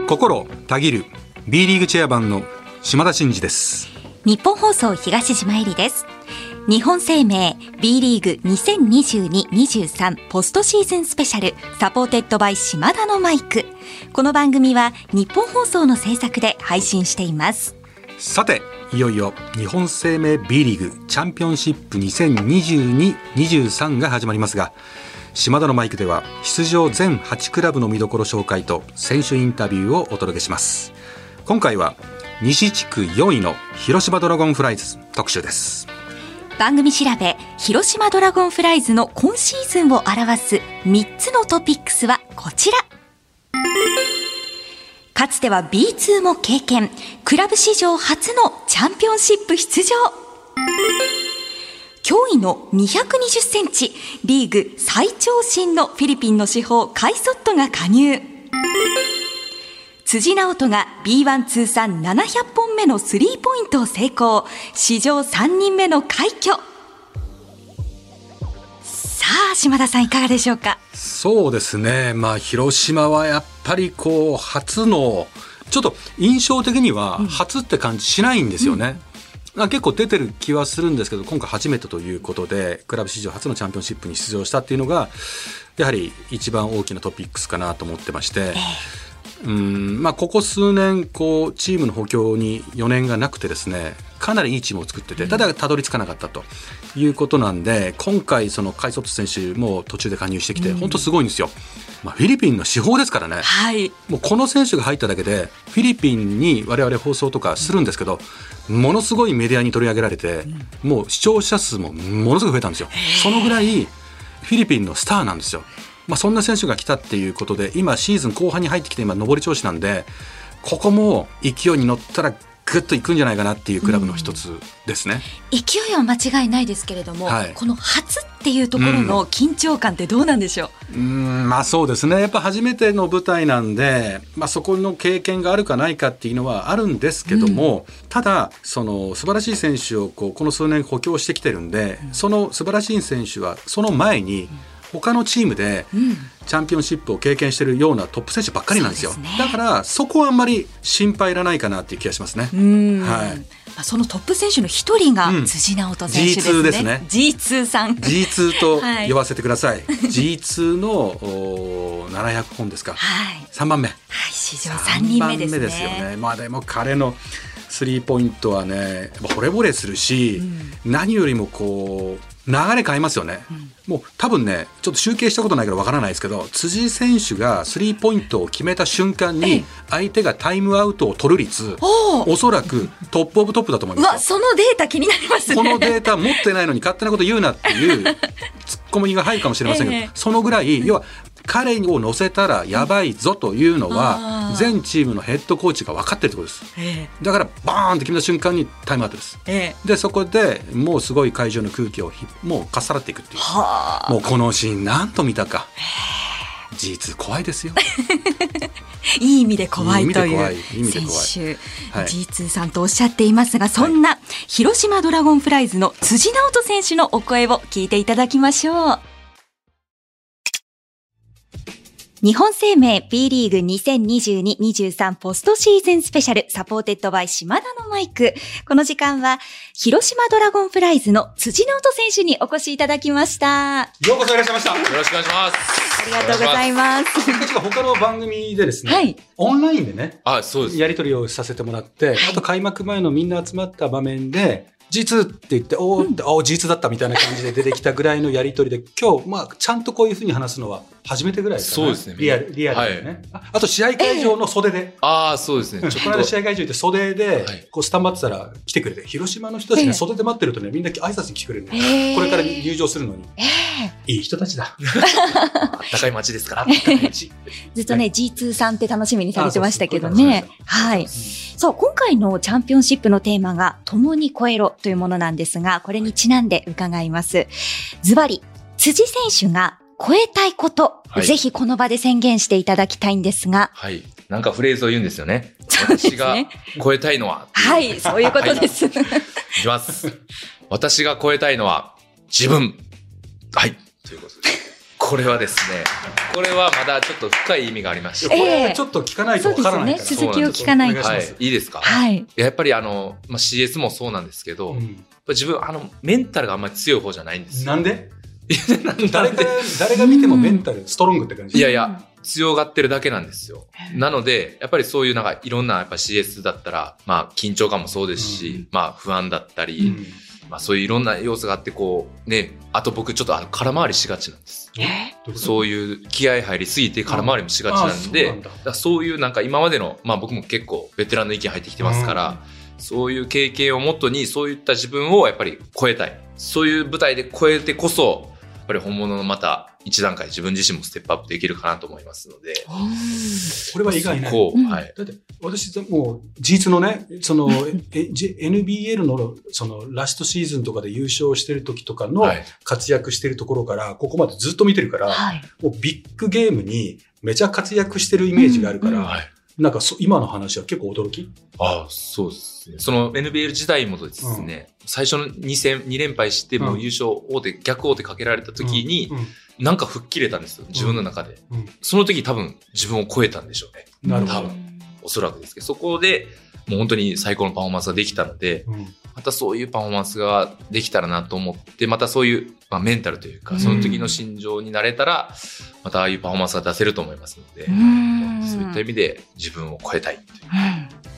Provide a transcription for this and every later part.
心たぎる B リーグチェアマンの島田真二です。 日本放送東島えりです。日本生命 B リーグ 2022-23 ポストシーズンスペシャルサポーテッドバイ島田のマイク。この番組は日本放送の制作で配信しています。 さて、いよいよ日本生命 B リーグチャンピオンシップ 2022-23 が始まりますが、島田のマイクでは出場全8クラブの見どころ紹介と選手インタビューをお届けします。今回は西地区4位の広島ドラゴンフライズ特集です。 番組調べ、広島ドラゴンフライズの今シーズンを表す3つのトピックスはこちら。かつては B2 も経験、クラブ史上初のチャンピオンシップ出場。驚異の220センチ、リーグ最長身のフィリピンの至宝カイソットが加入。辻直人が B1 通算700本目のスリーポイントを成功。史上3人目の快挙。さあ、島田さんいかがでしょうか。 そうですね、広島はやっぱり初のちょっと印象的には初って感じしないんですよね。結構出てる気はするんですけど、今回初めてということでクラブ史上初のチャンピオンシップに出場したっていうのがやはり一番大きなトピックスかなと思ってまして、ここ数年チームの補強に余念がなくてですね、かなりいいチームを作ってて、ただたどり着かなかったということなんで、今回そのカイソット選手も途中で加入してきて本当すごいんですよ。フィリピンの至宝ですからね、もうこの選手が入っただけでフィリピンに我々放送とかするんですけど、ものすごいメディアに取り上げられて、もう視聴者数もものすごく増えたんですよ。そのぐらいフィリピンのスターなんですよ。そんな選手が来たっていうことで、今シーズン後半に入ってきて今上り調子なんで、ここも勢いに乗ったらグッといくんじゃないかなっていうクラブの一つですね。 勢いは間違いないですけれども、この初っていうところの緊張感ってどうなんでしょう。 そうですね、やっぱ初めての舞台なんで、そこの経験があるかないかっていうのはあるんですけども、ただその素晴らしい選手をこの数年補強してきてるんで、その素晴らしい選手はその前に他のチームでチャンピオンシップを経験しているようなトップ選手ばっかりなんですよ。だからそこはあんまり心配いらないかなっていう気がしますね。 そのトップ選手の一人が辻直人選手ですね。 G2 ですね。 G2 さん G2 と呼ばせてください。G2 の700本ですか、3番目、 史上3人目ですね。 ですよね。でも彼のスリーポイントはね、惚れ惚れするし、何よりも流れ変えますよね。もう多分ね、ちょっと集計したことないからわからないですけど、辻選手がスリーポイントを決めた瞬間に相手がタイムアウトを取る率、おそらくトップオブトップだと思います。 そのデータ気になりますね。 このデータ持ってないのに勝手なこと言うなっていうツッコミが入るかもしれませんけど、そのぐらい、要は彼を乗せたらやばいぞというのは全チームのヘッドコーチが分かってるってことです。だからバーンって決めた瞬間にタイムアウトです。でそこでもうすごい会場の空気をもうかっさらっていくっていう、もうこのシーン何と見たか。G2 怖いですよ。 いい意味で怖いという選手、G2 さんとおっしゃっていますが、そんな広島ドラゴンフライズの辻直人選手のお声を聞いていただきましょう。日本生命 B リーグ 2022-23 ポストシーズンスペシャルサポーテッドバイ島田のマイク。この時間は広島ドラゴンフライズの辻直人選手にお越しいただきました。 ようこそいらっしゃいました。 よろしくお願いします。 ありがとうございます。 他の番組でですね、オンラインでね、 そうです。 やり取りをさせてもらって、あと開幕前のみんな集まった場面でG2 って言って、G2 だったみたいな感じで出てきたぐらいのやり取りで、今日、ちゃんとこういうふうに話すのは初めてぐらいですかね。そうですね。リアルでね。あと試合会場の袖で。 そうですね。 この間試合会場行って袖で、スタンバってたら来てくれて、広島の人たちが袖で待ってるとね、みんな挨拶に来てくれるの。これから入場するのに。いい人たちだ。 高い街ですから。 ずっとね、G2 さんって楽しみにされてましたけどね。そう、今回のチャンピオンシップのテーマが共に超えろというものなんですが、これにちなんで伺います。ズバリ、辻選手が超えたいこと、ぜひこの場で宣言していただきたいんですが。 なんかフレーズを言うんですよね。私が超えたいのは。 そういうことです。 いきます。私が超えたいのは自分。ということで。 これはですね、これはまだちょっと深い意味がありまして、 これちょっと聞かないとわからないから、 そうですよね、続きを聞かないと。 はい、いいですか。 はい。 やっぱりCS もそうなんですけど、自分メンタルがあんまり強い方じゃないんですよ。 なんで誰が見てもメンタルストロングって感じ。 いやいや、強がってるだけなんですよ。なので、やっぱりそういういろんなやっぱ CS だったら、まあ緊張感もそうですし、まあ不安だったり、まあそういういろんな要素があってあと僕ちょっと空回りしがちなんです。そういう気合入りすぎて空回りもしがちなんで、そういう今までの、まあ僕も結構ベテランの意見入ってきてますから、そういう経験をもとにそういった自分をやっぱり超えたい。そういう舞台で超えてこそ、やっぱり本物のまた一段階自分自身もステップアップできるかなと思いますので。 これは意外ね。 はい。 だって私もうG2のね、NBL のラストシーズンとかで優勝してる時とかの活躍してるところからここまでずっと見てるから、もうビッグゲームにめちゃ活躍してるイメージがあるから、今の話は結構驚き？ そうですね。その NBL 時代もですね、最初の2連敗してもう優勝逆王手かけられた時に、なんか吹っ切れたんですよ、自分の中で。その時多分自分を超えたんでしょうね。 なるほど。 多分。おそらくですけど、そこでもう本当に最高のパフォーマンスができたので、またそういうパフォーマンスができたらなと思って、またそういう、メンタルというか、その時の心情になれたら、またああいうパフォーマンスが出せると思いますので、そういった意味で自分を超えたいという。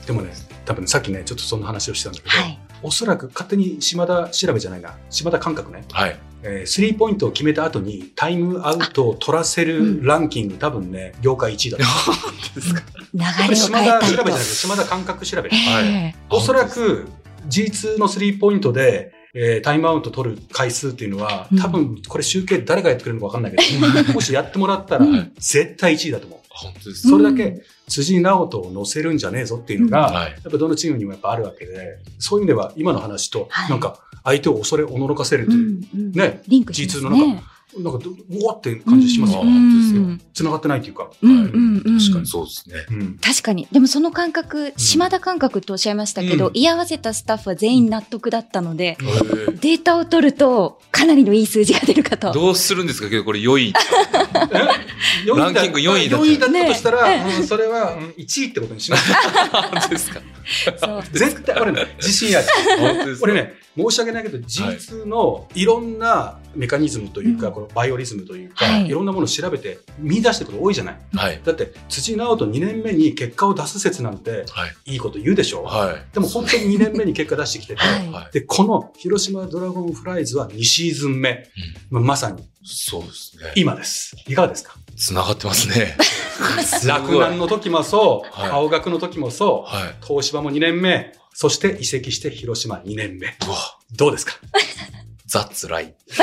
でもね、多分さっきね、ちょっとそんな話をしてたんだけど、おそらく勝手に島田感覚ね。スリーポイントを決めた後にタイムアウトを取らせるランキング、多分ね、業界1位だと思うんですか。 流れを変えたいと。 島田調べじゃなくて、島田感覚調べ。おそらく G2 のスリーポイントで、タイムアウト取る回数っていうのは、多分これ集計誰がやってくれるのか分かんないけど、もしやってもらったら絶対1位だと思う。 本当です。 それだけ辻直人を乗せるんじゃねえぞっていうのが、やっぱどのチームにもやっぱあるわけで、そういう意味では今の話と、なんか相手を恐れおののかせるという、ね、G2 のなんかうわって感じしますよ。繋がってないというか。 確かにそうですね。 確かに。でもその感覚、島田感覚とおっしゃいましたけど、居合わせたスタッフは全員納得だったので、データを取るとかなりのいい数字が出るかと。 どうするんですかけど、これ4位。ランキング4位だった。 4位だったとしたら、それは1位ってことにします。 本当ですか。 絶対、俺ね、自信ある。俺ね、申し訳ないけど G2 のいろんなメカニズムというか、このバイオリズムというか、いろんなものを調べて見出してること多いじゃない。だって辻直人2年目に結果を出す説なんていいこと言うでしょ。でも本当に2年目に結果出してきてて、でこの広島ドラゴンフライズは2シーズン目、まさにそうですね。 今です。いかがですか？ 繋がってますね。 洛南の時もそう、青学の時もそう、東芝も2年目、そして移籍して広島2年目。どうですか？ ザッツライ。 絶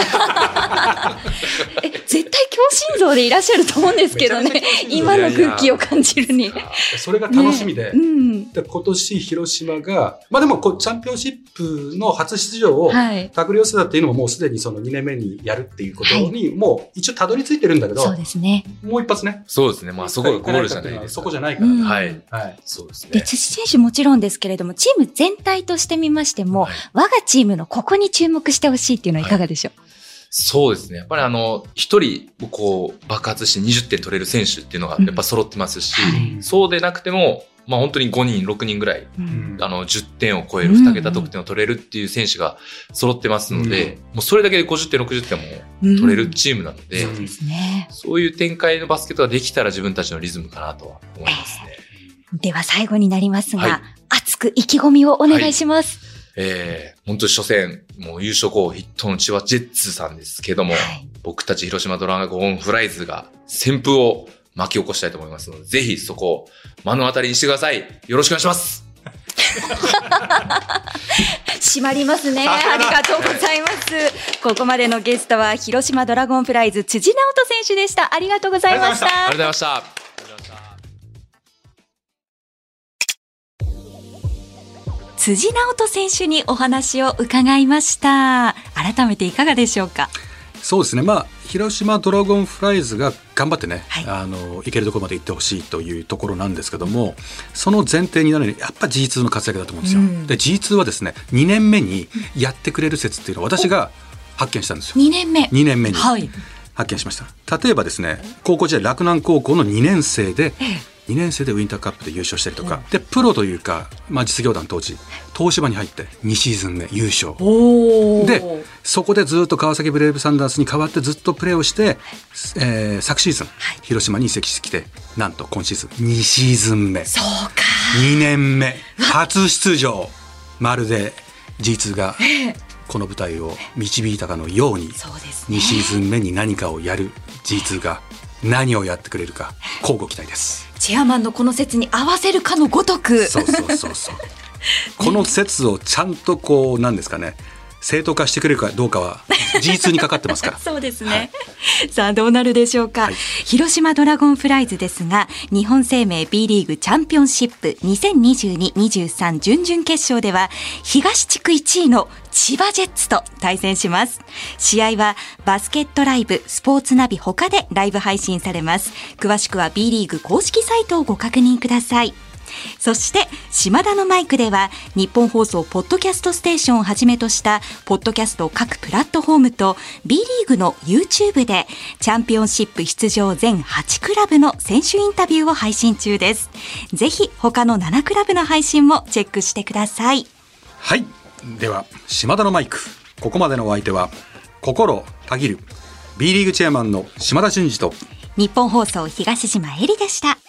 対強心臓でいらっしゃると思うんですけどね。今の空気を感じるに。 それが楽しみで。で今年広島が、まあでもチャンピオンシップの初出場を手繰り寄せたっていうのももうすでにその2年目にやるっていうことにもう一応たどり着いてるんだけど。 そうですね。 もう一発ね。 そうですね。まあそこがゴールじゃないですか。 そこじゃないから。 はい。そうですね。 で、辻選手もちろんですけれども、チーム全体としてみましても、我がチームのここに注目してほしいっていうのはいかがでしょう？ そうですね。やっぱり一人こう爆発して20点取れる選手っていうのがやっぱ揃ってますし、そうでなくても、まあ本当に5人、6人ぐらい、10点を超える2桁得点を取れるっていう選手が揃ってますので、もうそれだけで50点、60点も取れるチームなので、そういう展開のバスケットができたら自分たちのリズムかなとは思いますね。 では最後になりますが、熱く意気込みをお願いします。 本当に初戦、もう優勝候補筆頭の千葉ジェッツさんですけども、僕たち広島ドラゴンフライズが旋風を巻き起こしたいと思いますので、ぜひそこを目の当たりにしてください。よろしくお願いします。 締まりますね。ありがとうございます。ここまでのゲストは広島ドラゴンフライズ辻直人選手でした。ありがとうございました。 ありがとうございました。 辻直人選手にお話を伺いました。改めていかがでしょうか？ そうですね、広島ドラゴンフライズが頑張ってね、いけるところまで行ってほしいというところなんですけども、その前提になるのにやっぱ G2 の活躍だと思うんですよ。で G2 はですね、2年目にやってくれる説っていうのを私が発見したんですよ。 2年目に、 発見しました。例えばですね、高校時代洛南高校の2年生でウィンターカップで優勝したりとか、でプロというか、実業団当時東芝に入って2シーズン目優勝で、そこでずっと川崎ブレイブサンダースに代わってずっとプレーをして、昨シーズン、広島に移籍してきて、なんと今シーズン2シーズン目、 そうか、 2年目初出場、まるで G2 がこの舞台を導いたかのように、2シーズン目に何かをやる G2 が何をやってくれるか交互期待です。 チェアマンのこの説に合わせるかのごとく、 そうこの説をちゃんとこうなんですかね、正当化してくれるかどうかは G2 にかかってますからそうですね、さあどうなるでしょうか、広島ドラゴンフライズですが、日本生命 B リーグチャンピオンシップ 2022-23 準々決勝では東地区1位の千葉ジェッツと対戦します。試合はバスケットライブ、スポーツナビ他でライブ配信されます。詳しくは B リーグ公式サイトをご確認ください。そして島田のマイクでは日本放送ポッドキャストステーションをはじめとしたポッドキャスト各プラットフォームと B リーグの YouTube でチャンピオンシップ出場全8クラブの選手インタビューを配信中です。ぜひ他の7クラブの配信もチェックしてください。 はい、では島田のマイク、ここまでのお相手は心たぎる B リーグチェアマンの島田真二と日本放送東島えりでした。